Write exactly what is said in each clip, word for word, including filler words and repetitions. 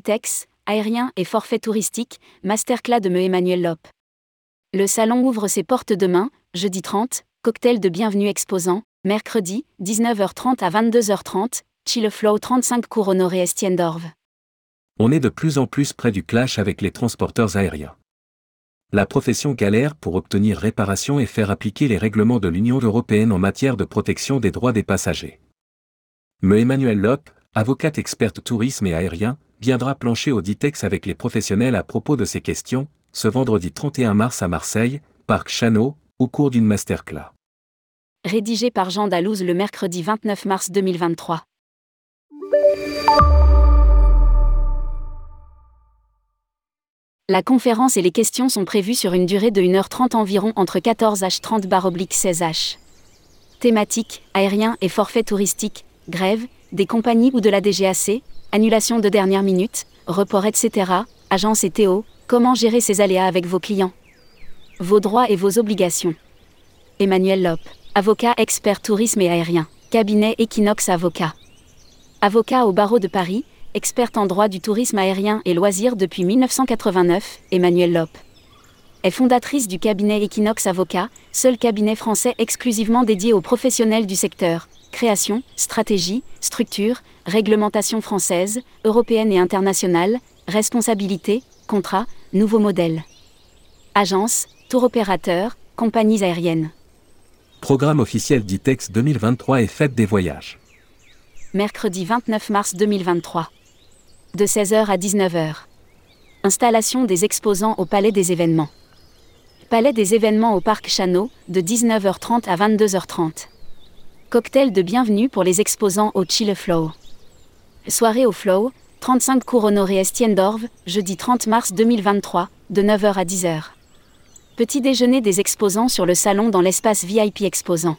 Ditex, aérien et forfait touristique, masterclass de Me Emmanuel Lope. Le salon ouvre ses portes demain, jeudi trente, cocktail de bienvenue exposant, mercredi, dix-neuf heures trente à vingt-deux heures trente, Chilleflow trente-cinq cours Honoré Estiendorf. On est de plus en plus près du clash avec les transporteurs aériens. La profession galère pour obtenir réparation et faire appliquer les règlements de l'Union européenne en matière de protection des droits des passagers. Me Emmanuel Lope, avocate experte tourisme et aérien, viendra plancher au Ditex avec les professionnels à propos de ces questions, ce vendredi trente et un mars à Marseille, Parc Chano, au cours d'une masterclass. Rédigé par Jean Dalouse le mercredi vingt-neuf mars deux mille vingt-trois. La conférence et les questions sont prévues sur une durée de une heure trente environ entre quatorze heures trente seize heures. Thématique, aérien et forfait touristique, grève, des compagnies ou de la D G A C, annulation de dernière minute, report et cetera, agence et T O, comment gérer ces aléas avec vos clients. Vos droits et vos obligations. Emmanuel Lope, avocat expert tourisme et aérien, cabinet Equinox Avocat. Avocat au barreau de Paris, experte en droit du tourisme aérien et loisirs depuis mille neuf cent quatre-vingt-neuf, Emmanuel Lope est fondatrice du cabinet Equinox Avocat, seul cabinet français exclusivement dédié aux professionnels du secteur, création, stratégie, structure, réglementation française, européenne et internationale, responsabilité, contrat, nouveaux modèles. Agence, tour opérateur, compagnies aériennes. Programme officiel Ditex deux mille vingt-trois et fête des voyages. Mercredi vingt-neuf mars deux mille vingt-trois. De seize heures à dix-neuf heures. Installation des exposants au Palais des événements. Palais des événements au Parc Chano, de dix-neuf heures trente à vingt-deux heures trente. Cocktail de bienvenue pour les exposants au Chilleflow. Soirée au Flow, trente-cinq cours Honoré Estiendorf, jeudi trente mars deux mille vingt-trois, de neuf heures à dix heures. Petit déjeuner des exposants sur le salon dans l'espace V I P exposant.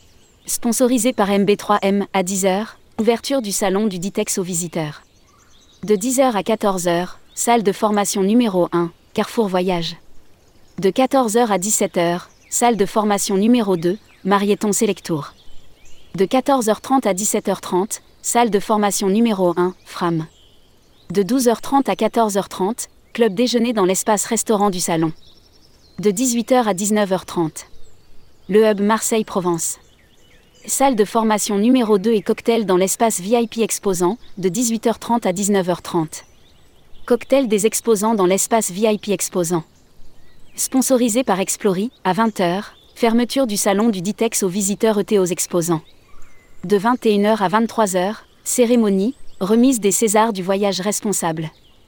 Sponsorisé par M B trois M à dix heures, ouverture du salon du Ditex aux visiteurs. De dix heures à quatorze heures, salle de formation numéro un, Carrefour Voyage. De quatorze heures à dix-sept heures, salle de formation numéro deux, Marieton Selectour. De quatorze heures trente à dix-sept heures trente, salle de formation numéro un, Fram. De douze heures trente à quatorze heures trente, club déjeuner dans l'espace restaurant du salon. De dix-huit heures à dix-neuf heures trente. Le Hub Marseille-Provence. Salle de formation numéro deux et cocktail dans l'espace V I P exposant, de dix-huit heures trente à dix-neuf heures trente. Cocktail des exposants dans l'espace V I P exposant. Sponsorisé par Explory, à vingt heures, fermeture du salon du Ditex aux visiteurs E T aux exposants. De vingt et une heures à vingt-trois heures, cérémonie, remise des Césars du voyage responsable.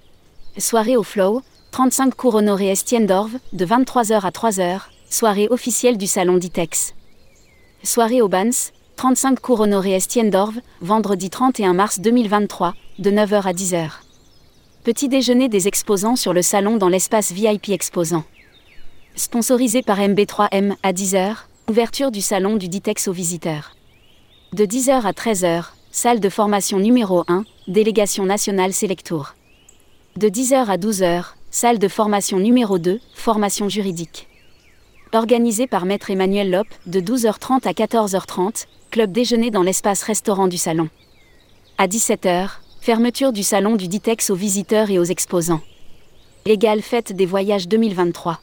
Soirée au Flow, trente-cinq cours Honoré Estiendorf, de vingt-trois heures à trois heures, soirée officielle du salon Ditex. Soirée au Bans, trente-cinq cours Honoré Estiendorf, vendredi trente et un mars deux mille vingt-trois, de neuf heures à dix heures. Petit déjeuner des exposants sur le salon dans l'espace V I P exposant. Sponsorisé par M B trois M à dix heures, ouverture du salon du Ditex aux visiteurs. De dix heures à treize heures, salle de formation numéro un, délégation nationale Selectour. De dix heures à douze heures, salle de formation numéro deux, formation juridique. Organisé par Maître Emmanuel Lope, de douze heures trente à quatorze heures trente, club déjeuner dans l'espace restaurant du salon. À dix-sept heures, fermeture du salon du Ditex aux visiteurs et aux exposants. Égale fête des voyages deux mille vingt-trois.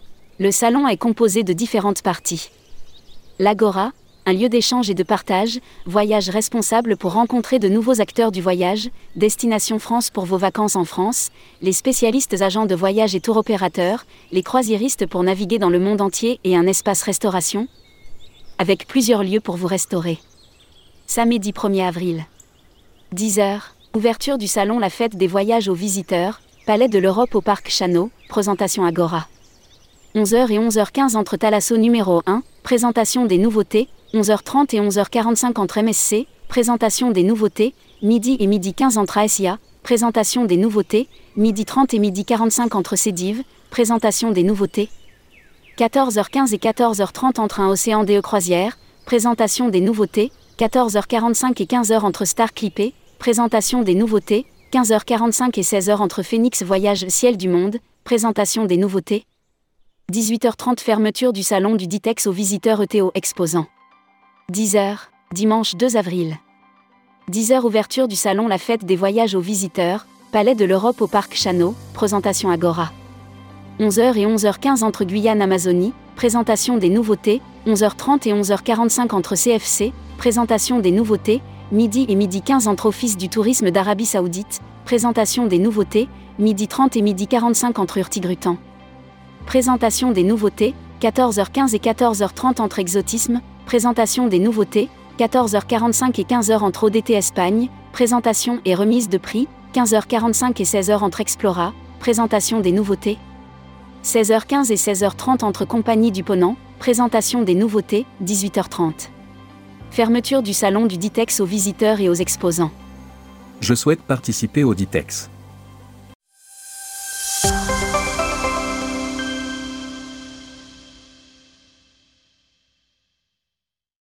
Le salon est composé de différentes parties. L'Agora, un lieu d'échange et de partage, voyage responsable pour rencontrer de nouveaux acteurs du voyage, Destination France pour vos vacances en France, les spécialistes agents de voyage et tour opérateurs, les croisiéristes pour naviguer dans le monde entier et un espace restauration, avec plusieurs lieux pour vous restaurer. Samedi premier avril. dix heures, ouverture du salon La Fête des Voyages aux visiteurs, Palais de l'Europe au Parc Chano, présentation Agora. onze heures et onze heures quinze entre Thalasso numéro un, présentation des nouveautés, onze heures trente et onze heures quarante-cinq entre M S C, présentation des nouveautés, midi et midi quinze entre A S I A, présentation des nouveautés, midi trente et midi quarante-cinq entre Cédiv, présentation des nouveautés. quatorze heures quinze et quatorze heures trente entre un Océan D E Croisière, présentation des nouveautés, quatorze heures quarante-cinq et quinze heures entre Star Clippé, présentation des nouveautés, quinze heures quarante-cinq et seize heures entre Phoenix Voyage Ciel du Monde, présentation des nouveautés. dix-huit heures trente fermeture du salon du Ditex aux visiteurs E T O exposants. dix heures, dimanche deux avril. dix heures ouverture du salon La Fête des Voyages aux visiteurs, Palais de l'Europe au Parc Chano, présentation Agora. onze heures et onze heures quinze entre Guyane Amazonie, présentation des nouveautés, onze heures trente et onze heures quarante-cinq entre C F C, présentation des nouveautés, midi et midi quinze entre Office du tourisme d'Arabie Saoudite, présentation des nouveautés, midi trente et midi quarante-cinq entre Hurtigruten. Présentation des nouveautés, quatorze heures quinze et quatorze heures trente entre Exotisme, présentation des nouveautés, quatorze heures quarante-cinq et quinze heures entre O D T Espagne, présentation et remise de prix, quinze heures quarante-cinq et seize heures entre Explora, présentation des nouveautés. seize heures quinze et seize heures trente entre Compagnie du Ponant, présentation des nouveautés, dix-huit heures trente. Fermeture du salon du Ditex aux visiteurs et aux exposants. Je souhaite participer au Ditex.